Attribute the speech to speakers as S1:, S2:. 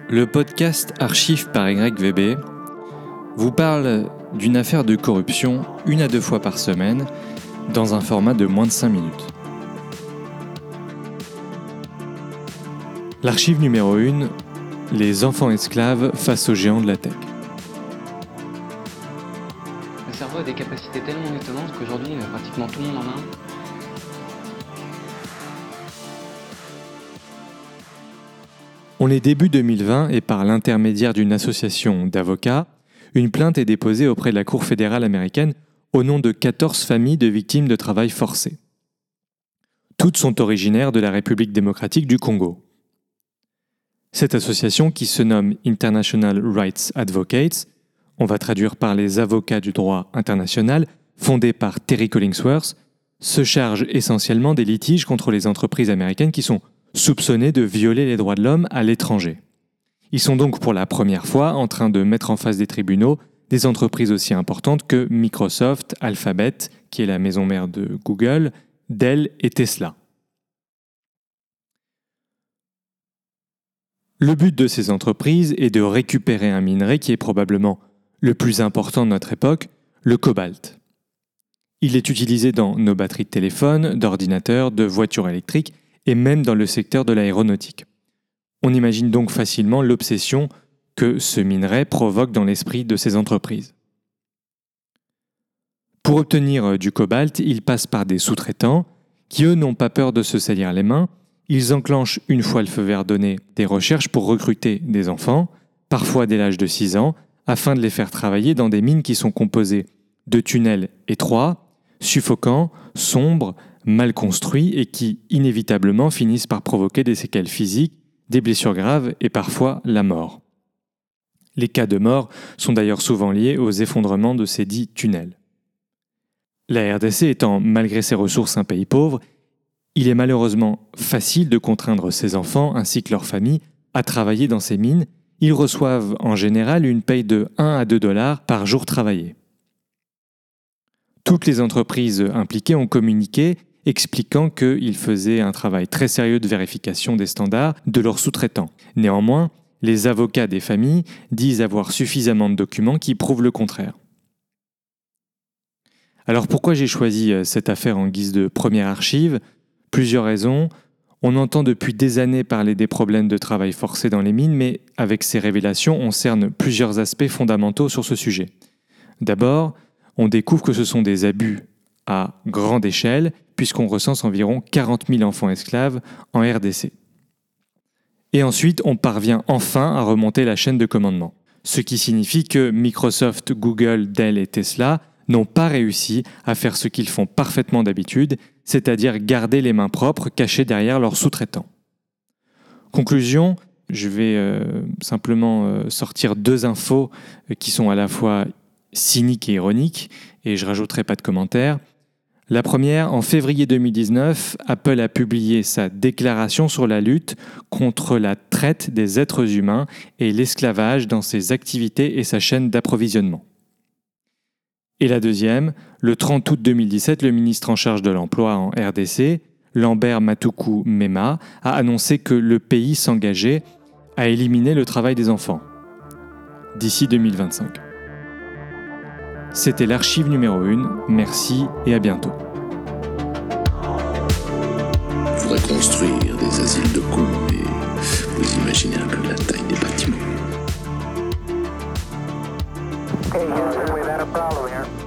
S1: Le podcast Archives par YVB vous parle d'une affaire de corruption 1 à 2 fois par semaine dans un format de moins de 5 minutes. L'archive numéro 1, les enfants esclaves face aux géants de la tech.
S2: Le cerveau a des capacités tellement étonnantes qu'aujourd'hui, pratiquement tout le monde en a un.
S1: On est début 2020 et par l'intermédiaire d'une association d'avocats, une plainte est déposée auprès de la Cour fédérale américaine au nom de 14 familles de victimes de travail forcé. Toutes sont originaires de la République démocratique du Congo. Cette association, qui se nomme International Rights Advocates, on va traduire par les avocats du droit international, fondée par Terry Collingsworth, se charge essentiellement des litiges contre les entreprises américaines qui sont soupçonnés de violer les droits de l'homme à l'étranger. Ils sont donc pour la première fois en train de mettre en face des tribunaux des entreprises aussi importantes que Microsoft, Alphabet, qui est la maison mère de Google, Dell et Tesla. Le but de ces entreprises est de récupérer un minerai qui est probablement le plus important de notre époque, le cobalt. Il est utilisé dans nos batteries de téléphone, d'ordinateurs, de voitures électriques et même dans le secteur de l'aéronautique. On imagine donc facilement l'obsession que ce minerai provoque dans l'esprit de ces entreprises. Pour obtenir du cobalt, ils passent par des sous-traitants qui, eux, n'ont pas peur de se salir les mains. Ils enclenchent, une fois le feu vert donné, des recherches pour recruter des enfants, parfois dès l'âge de 6 ans, afin de les faire travailler dans des mines qui sont composées de tunnels étroits, suffocants, sombres, mal construits et qui, inévitablement, finissent par provoquer des séquelles physiques, des blessures graves et parfois la mort. Les cas de mort sont d'ailleurs souvent liés aux effondrements de ces dits tunnels. La RDC étant, malgré ses ressources, un pays pauvre, il est malheureusement facile de contraindre ses enfants ainsi que leurs familles à travailler dans ces mines. Ils reçoivent en général une paye de 1 à 2 $ par jour travaillé. Toutes les entreprises impliquées ont communiqué expliquant qu'ils faisaient un travail très sérieux de vérification des standards de leurs sous-traitants. Néanmoins, les avocats des familles disent avoir suffisamment de documents qui prouvent le contraire. Alors pourquoi j'ai choisi cette affaire en guise de première archive ? Plusieurs raisons. On entend depuis des années parler des problèmes de travail forcé dans les mines, mais avec ces révélations, on cerne plusieurs aspects fondamentaux sur ce sujet. D'abord, on découvre que ce sont des abus à grande échelle, puisqu'on recense environ 40 000 enfants esclaves en RDC. Et ensuite, on parvient enfin à remonter la chaîne de commandement. Ce qui signifie que Microsoft, Google, Dell et Tesla n'ont pas réussi à faire ce qu'ils font parfaitement d'habitude, c'est-à-dire garder les mains propres cachées derrière leurs sous-traitants. Conclusion, je vais simplement sortir 2 infos qui sont à la fois cyniques et ironiques, et je rajouterai pas de commentaires. La première, en février 2019, Apple a publié sa déclaration sur la lutte contre la traite des êtres humains et l'esclavage dans ses activités et sa chaîne d'approvisionnement. Et la deuxième, le 30 août 2017, le ministre en charge de l'emploi en RDC, Lambert Matuku Mema, a annoncé que le pays s'engageait à éliminer le travail des enfants d'ici 2025. C'était l'archive numéro 1. Merci et à bientôt.
S3: Il faudrait construire des asiles de cons, mais vous imaginez un peu la taille des bâtiments.
S4: Hey, Houston, we've had a problem here.